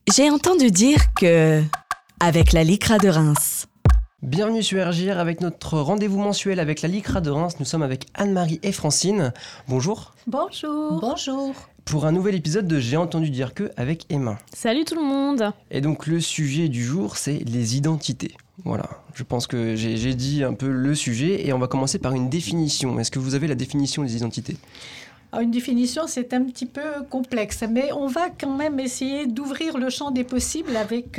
J'ai entendu dire que... avec la Lycra de Reims. Bienvenue sur RJR avec notre rendez-vous mensuel avec la Lycra de Reims. Nous sommes avec Anne-Marie et Francine. Bonjour. Bonjour. Bonjour. Pour un nouvel épisode de J'ai entendu dire que avec Emma. Salut tout le monde. Et donc le sujet du jour, c'est les identités. Voilà, je pense que j'ai dit un peu le sujet et on va commencer par une définition. Est-ce que vous avez la définition des identités ? Alors, une définition, c'est un petit peu complexe, mais on va quand même essayer d'ouvrir le champ des possibles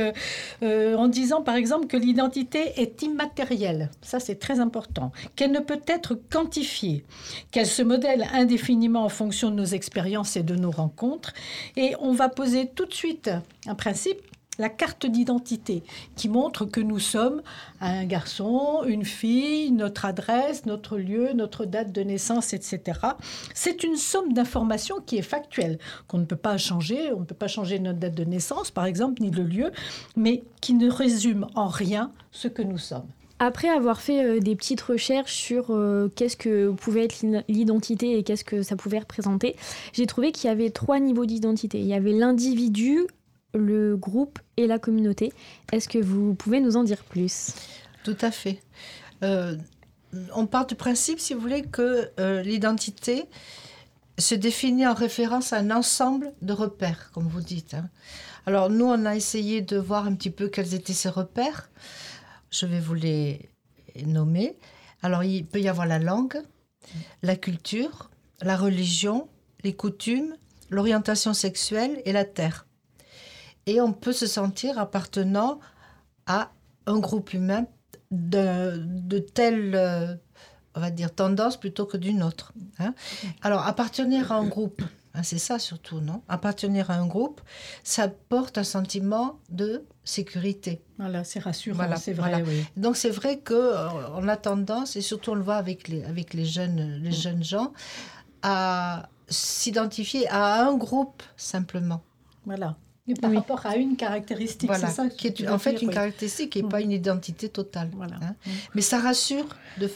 en disant par exemple que l'identité est immatérielle. Ça, c'est très important. Qu'elle ne peut être quantifiée, qu'elle se modèle indéfiniment en fonction de nos expériences et de nos rencontres. Et on va poser tout de suite un principe, la carte d'identité, qui montre que nous sommes un garçon, une fille, notre adresse, notre lieu, notre date de naissance, etc. C'est une somme d'informations qui est factuelle, qu'on ne peut pas changer. On ne peut pas changer notre date de naissance, par exemple, ni le lieu, mais qui ne résume en rien ce que nous sommes. Après avoir fait des petites recherches sur qu'est-ce que pouvait être l'identité et qu'est-ce que ça pouvait représenter, j'ai trouvé qu'il y avait 3 niveaux d'identité. Il y avait l'individu, le groupe et la communauté. Est-ce que vous pouvez nous en dire plus ? Tout à fait. On part du principe, si vous voulez, que l'identité se définit en référence à un ensemble de repères, comme vous dites. Alors, nous, on a essayé de voir un petit peu quels étaient ces repères. Je vais vous les nommer. Alors, il peut y avoir la langue, la culture, la religion, les coutumes, l'orientation sexuelle et la terre. Et on peut se sentir appartenant à un groupe humain de telle, on va dire, tendance plutôt que d'une autre. Alors, appartenir à un groupe, c'est ça surtout, non ? Appartenir à un groupe, ça porte un sentiment de sécurité. Voilà, c'est rassurant, voilà, c'est vrai. Voilà. Oui. Donc, c'est vrai qu'on a tendance, et surtout on le voit avec les jeunes gens, à s'identifier à un groupe simplement. Voilà. Et par rapport à une caractéristique, voilà, c'est ça qui est en fait une caractéristique qui n'est pas une identité totale. Voilà. Mais ça rassure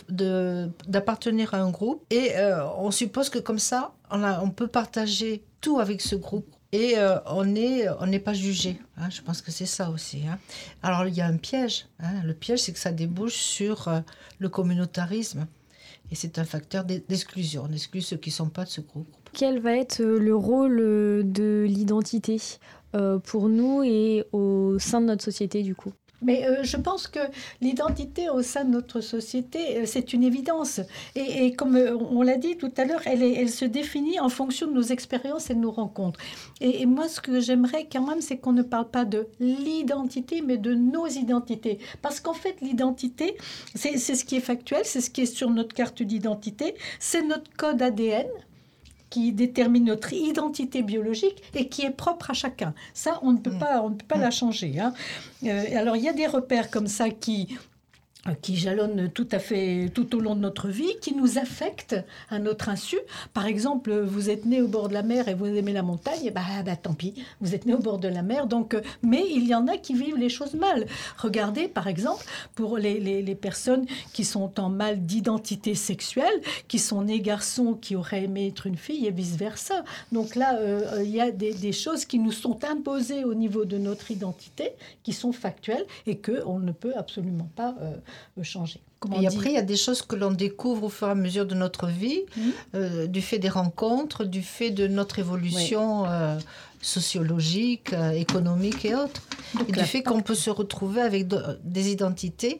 d'appartenir à un groupe et on suppose que comme ça, on peut partager tout avec ce groupe et on n'est pas jugé. Je pense que c'est ça aussi. Alors il y a un piège. Le piège, c'est que ça débouche sur le communautarisme. Et c'est un facteur d'exclusion. On exclut ceux qui ne sont pas de ce groupe. Quel va être le rôle de l'identité pour nous et au sein de notre société, du coup ? Mais je pense que l'identité au sein de notre société, c'est une évidence. Et comme on l'a dit tout à l'heure, elle se définit en fonction de nos expériences et de nos rencontres. Et moi, ce que j'aimerais quand même, c'est qu'on ne parle pas de l'identité, mais de nos identités. Parce qu'en fait, l'identité, c'est ce qui est factuel, c'est ce qui est sur notre carte d'identité, c'est notre code ADN, qui détermine notre identité biologique et qui est propre à chacun. Ça, on ne peut pas la changer. Alors, il y a des repères comme ça qui jalonnent tout à fait tout au long de notre vie, qui nous affectent à notre insu. Par exemple, vous êtes né au bord de la mer et vous aimez la montagne, et tant pis, vous êtes né au bord de la mer. Donc, mais il y en a qui vivent les choses mal. Regardez, par exemple, pour les personnes qui sont en mal d'identité sexuelle, qui sont nés garçons, qui auraient aimé être une fille et vice-versa. Donc là, il y a des choses qui nous sont imposées au niveau de notre identité, qui sont factuelles et qu'on ne peut absolument pas changer. Et après, il y a des choses que l'on découvre au fur et à mesure de notre vie, du fait des rencontres, du fait de notre évolution sociologique, économique et autres. Donc, et du fait qu'on peut se retrouver avec des identités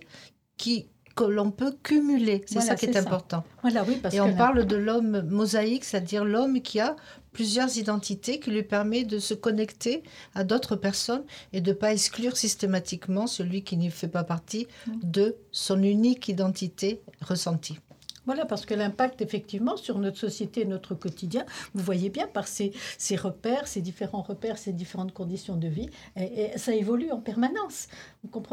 que l'on peut cumuler. C'est ça qui est important. Voilà, oui, parce et on parle de l'homme mosaïque, c'est-à-dire l'homme qui a plusieurs identités qui lui permet de se connecter à d'autres personnes et de ne pas exclure systématiquement celui qui ne fait pas partie de son unique identité ressentie. Voilà, parce que l'impact, effectivement, sur notre société et notre quotidien, vous voyez bien, par ces repères, ces différents repères, ces différentes conditions de vie, et ça évolue en permanence. Vous comprenez ?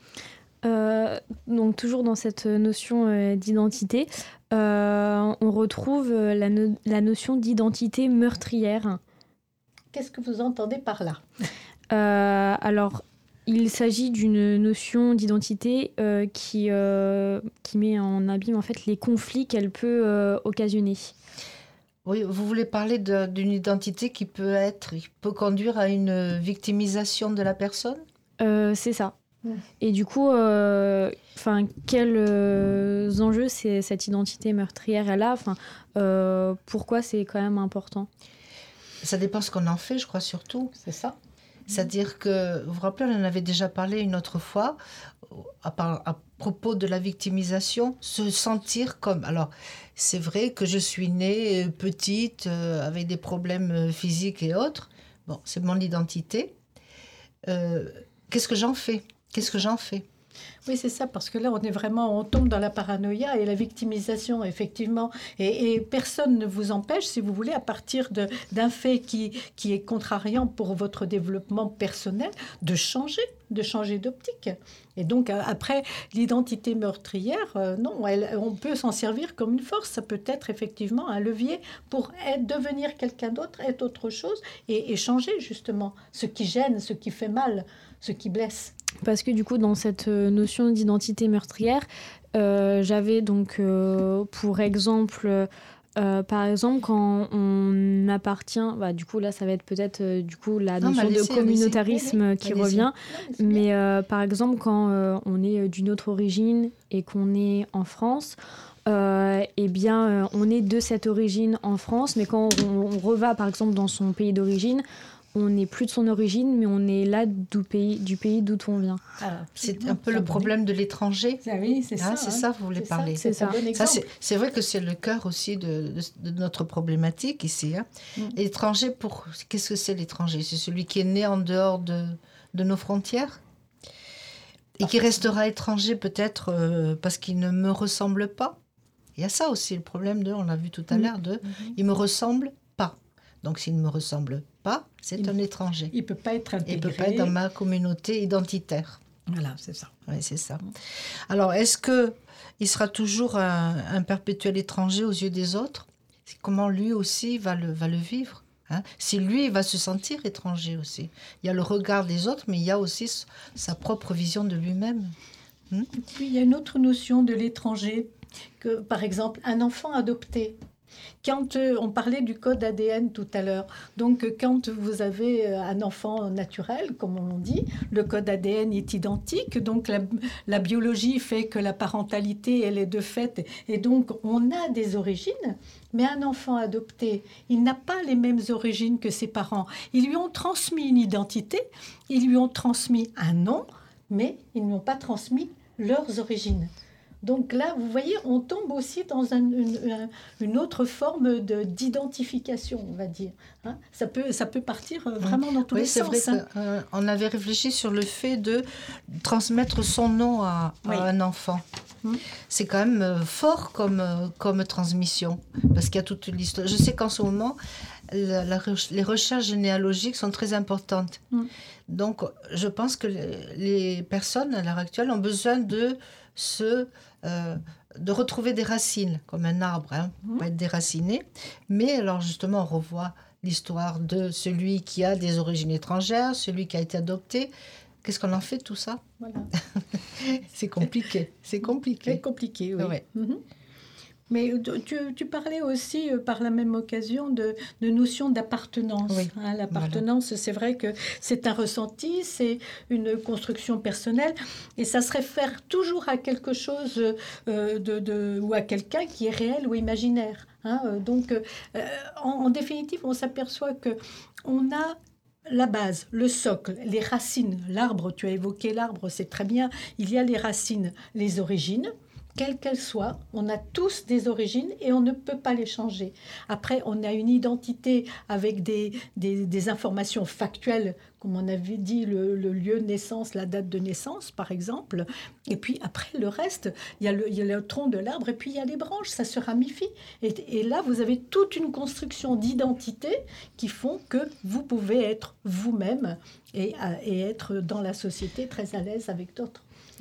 Donc toujours dans cette notion d'identité, on retrouve la notion d'identité meurtrière. Qu'est-ce que vous entendez par là ? Alors, il s'agit d'une notion d'identité qui met en abîme en fait les conflits qu'elle peut occasionner. Oui, vous voulez parler d'une identité qui peut conduire à une victimisation de la personne ? C'est ça. Et du coup, quels enjeux cette identité meurtrière elle a, pourquoi c'est quand même important ? Ça dépend ce qu'on en fait, je crois, surtout. C'est ça. C'est-à-dire que, vous vous rappelez, on en avait déjà parlé une autre fois, à propos de la victimisation, se sentir comme... Alors, c'est vrai que je suis née petite, avec des problèmes physiques et autres. Bon, c'est mon identité. Qu'est-ce que j'en fais ? Oui, c'est ça, parce que là, on tombe dans la paranoïa et la victimisation, effectivement. Et personne ne vous empêche, si vous voulez, à partir d'un fait qui est contrariant pour votre développement personnel, de changer d'optique. Et donc, après, l'identité meurtrière, non, on peut s'en servir comme une force. Ça peut être effectivement un levier pour devenir quelqu'un d'autre, être autre chose, et changer justement ce qui gêne, ce qui fait mal, ce qui blesse. Parce que du coup, dans cette notion d'identité meurtrière, j'avais donc pour exemple, par exemple, quand on appartient, du coup là, ça va être peut-être la notion de communautarisme qui revient. Mais par exemple, quand on est d'une autre origine et qu'on est en France, on est de cette origine en France, mais quand on reva par exemple dans son pays d'origine, on n'est plus de son origine, mais on est là du pays d'où on vient. C'est un peu le problème de l'étranger. Oui, c'est ça. C'est ça, vous voulez parler. C'est ça. C'est vrai que c'est le cœur aussi de notre problématique ici. L'étranger, qu'est-ce que c'est l'étranger ? C'est celui qui est né en dehors de nos frontières et qui restera étranger peut-être parce qu'il ne me ressemble pas. Il y a ça aussi, le problème on l'a vu tout à l'heure, il me ressemble pas. Donc s'il ne me ressemble pas, c'est un étranger. Il ne peut pas être intégré. Il ne peut pas être dans ma communauté identitaire. Voilà, c'est ça. Oui, c'est ça. Alors, est-ce qu'il sera toujours un perpétuel étranger aux yeux des autres ? Comment lui aussi va le vivre ? Si lui, il va se sentir étranger aussi. Il y a le regard des autres, mais il y a aussi sa propre vision de lui-même. Et puis, il y a une autre notion de l'étranger, que, par exemple, un enfant adopté. Quand on parlait du code ADN tout à l'heure, donc quand vous avez un enfant naturel, comme on dit, le code ADN est identique, donc la biologie fait que la parentalité, elle est de fait, et donc on a des origines, mais un enfant adopté, il n'a pas les mêmes origines que ses parents. Ils lui ont transmis une identité, ils lui ont transmis un nom, mais ils n'ont pas transmis leurs origines. Donc là, vous voyez, on tombe aussi dans une autre forme d'identification, on va dire. Ça peut partir vraiment dans tous les sens. C'est vrai qu'on avait réfléchi sur le fait de transmettre son nom à un enfant. C'est quand même fort comme transmission, parce qu'il y a toute l'histoire. Je sais qu'en ce moment, les recherches généalogiques sont très importantes. Donc, je pense que les personnes, à l'heure actuelle, ont besoin de retrouver des racines, comme un arbre, pour être déraciné. Mais alors, justement, on revoit l'histoire de celui qui a des origines étrangères, celui qui a été adopté. Qu'est-ce qu'on en fait de tout ça ? Voilà. C'est compliqué. C'est compliqué. C'est compliqué, oui. Ouais. Mais tu parlais aussi, par la même occasion, de notion d'appartenance. Oui. L'appartenance, c'est vrai que c'est un ressenti, c'est une construction personnelle, et ça se réfère toujours à quelque chose ou à quelqu'un qui est réel ou imaginaire. Donc, en définitive, on s'aperçoit qu'on a la base, le socle, les racines, l'arbre, tu as évoqué l'arbre, c'est très bien, il y a les racines, les origines, quelles qu'elles soient, on a tous des origines et on ne peut pas les changer. Après, on a une identité avec des informations factuelles, comme on avait dit, le lieu de naissance, la date de naissance, par exemple. Et puis après, le reste, il y a le tronc de l'arbre et puis il y a les branches, ça se ramifie. Et là, vous avez toute une construction d'identité qui font que vous pouvez être vous-même et être dans la société très à l'aise avec d'autres.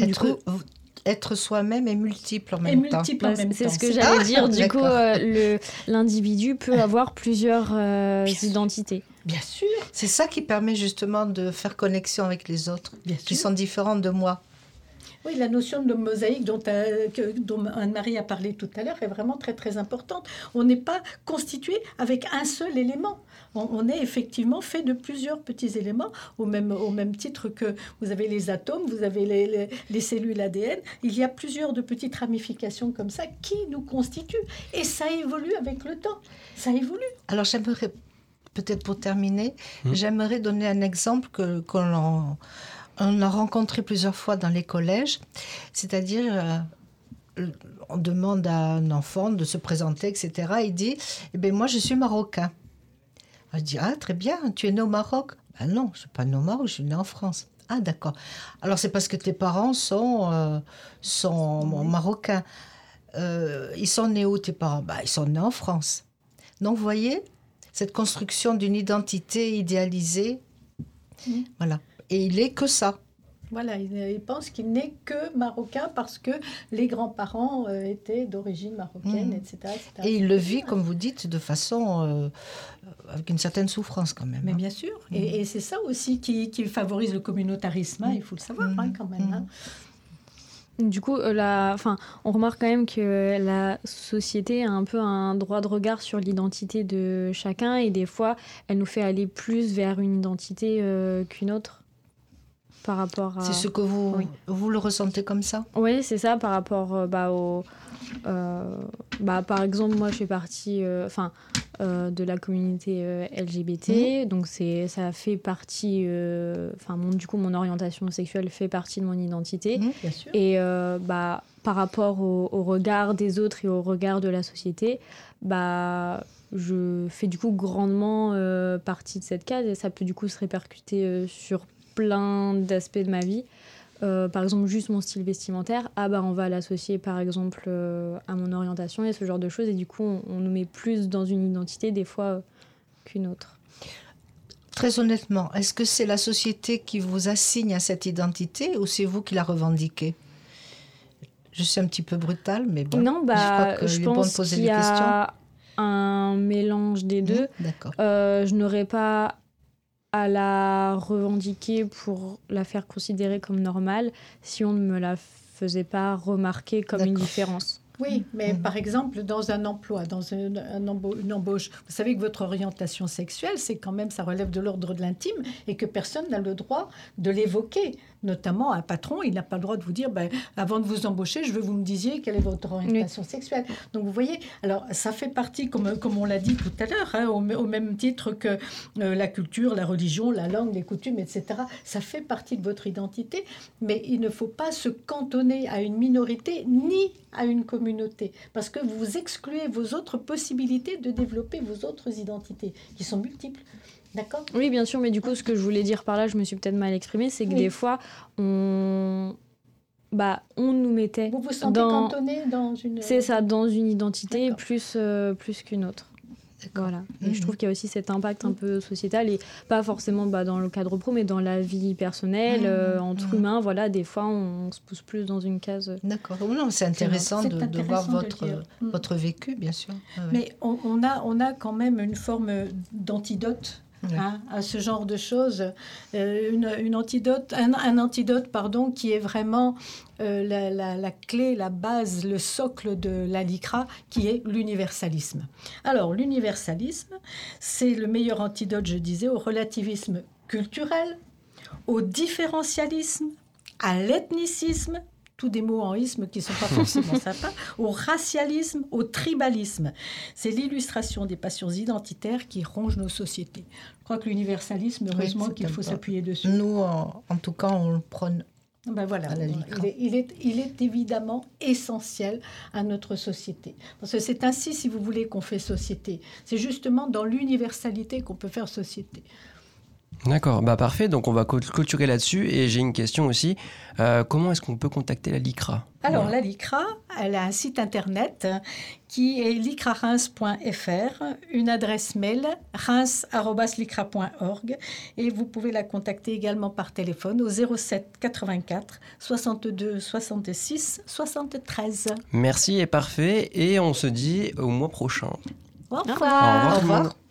Être soi-même est multiple en même temps. C'est ce que j'allais dire. Du coup, l'individu peut avoir plusieurs identités. Bien sûr. C'est ça qui permet justement de faire connexion avec les autres, qui sont différents de moi. Oui, la notion de mosaïque dont Anne-Marie a parlé tout à l'heure est vraiment très très importante. On n'est pas constitué avec un seul élément. On est effectivement fait de plusieurs petits éléments, au même titre que vous avez les atomes, vous avez les cellules ADN. Il y a plusieurs de petites ramifications comme ça qui nous constituent. Et ça évolue avec le temps. Ça évolue. Alors j'aimerais, peut-être pour terminer, j'aimerais donner un exemple qu'on a rencontré plusieurs fois dans les collèges. C'est-à-dire, on demande à un enfant de se présenter, etc. Il dit, moi je suis marocain. Je dis, ah très bien, tu es né au Maroc? Ben non, je ne suis pas né au Maroc, je suis né en France. Ah d'accord. Alors c'est parce que tes parents sont marocains. Ils sont nés où tes parents? Ils sont nés en France. Donc vous voyez, cette construction d'une identité idéalisée, voilà. Et il n'est que ça. Voilà, il pense qu'il n'est que marocain parce que les grands-parents étaient d'origine marocaine, etc., etc. Et il le vit, comme vous dites, de façon... avec une certaine souffrance quand même. Mais bien sûr. Et c'est ça aussi qui favorise le communautarisme, il faut le savoir quand même. Du coup, on remarque quand même que la société a un peu un droit de regard sur l'identité de chacun et des fois, elle nous fait aller plus vers une identité qu'une autre. Par rapport à... C'est ce que vous le ressentez comme ça? Oui, c'est ça, par rapport par exemple, moi, je fais partie de la communauté LGBT, donc ça fait partie... mon orientation sexuelle fait partie de mon identité. Bien sûr. Et par rapport au regard des autres et au regard de la société, je fais du coup grandement partie de cette case et ça peut du coup se répercuter sur plein d'aspects de ma vie. Par exemple, juste mon style vestimentaire, on va l'associer par exemple à mon orientation et ce genre de choses. Et du coup, on nous met plus dans une identité des fois qu'une autre. Très honnêtement, est-ce que c'est la société qui vous assigne à cette identité ou c'est vous qui la revendiquez? Je suis un petit peu brutale, mais bon. Non, je pense qu'il y a un mélange des deux. D'accord. Je n'aurais pas à la revendiquer pour la faire considérer comme normale si on ne me la faisait pas remarquer comme une différence. Oui, mais par exemple, dans un emploi, dans une embauche, vous savez que votre orientation sexuelle, c'est quand même, ça relève de l'ordre de l'intime et que personne n'a le droit de l'évoquer. Notamment, un patron, il n'a pas le droit de vous dire, avant de vous embaucher, je veux que vous me disiez quelle est votre orientation sexuelle. Donc, vous voyez, alors, ça fait partie, comme on l'a dit tout à l'heure, au même titre que la culture, la religion, la langue, les coutumes, etc. Ça fait partie de votre identité, mais il ne faut pas se cantonner à une minorité ni à une communauté, parce que vous excluez vos autres possibilités de développer vos autres identités, qui sont multiples. D'accord ? Oui, bien sûr, mais du coup, ce que je voulais dire par là, je me suis peut-être mal exprimée, c'est que des fois, on nous mettait... Vous vous sentez cantonné dans une... C'est ça, dans une identité plus qu'une autre. D'accord. Voilà. Et je trouve qu'il y a aussi cet impact un peu sociétal, et pas forcément dans le cadre pro, mais dans la vie personnelle, entre humains, voilà, des fois, on se pousse plus dans une case. D'accord. Non, c'est intéressant de voir votre vécu, bien sûr. Mais on a quand même une forme d'antidote à ce genre de choses. Un antidote, qui est vraiment la clé, la base, le socle de la LICRA, qui est l'universalisme. Alors, l'universalisme, c'est le meilleur antidote, je disais, au relativisme culturel, au différentialisme, à l'ethnicisme, tous des mots en isme qui ne sont pas forcément sympas, au racialisme, au tribalisme. C'est l'illustration des passions identitaires qui rongent nos sociétés. Je crois que l'universalisme, heureusement qu'il faut s'appuyer dessus. Nous, en tout cas, on le prône. Voilà, il est évidemment essentiel à notre société. Parce que c'est ainsi, si vous voulez, qu'on fait société. C'est justement dans l'universalité qu'on peut faire société. D'accord, parfait. Donc on va clôturer là-dessus. Et j'ai une question aussi. Comment est-ce qu'on peut contacter la LICRA ? Alors la LICRA, elle a un site internet qui est licrareims.fr, une adresse mail reims@licra.org, et vous pouvez la contacter également par téléphone au 07 84 62 66 73. Merci et parfait. Et on se dit au mois prochain. Au revoir. Au revoir.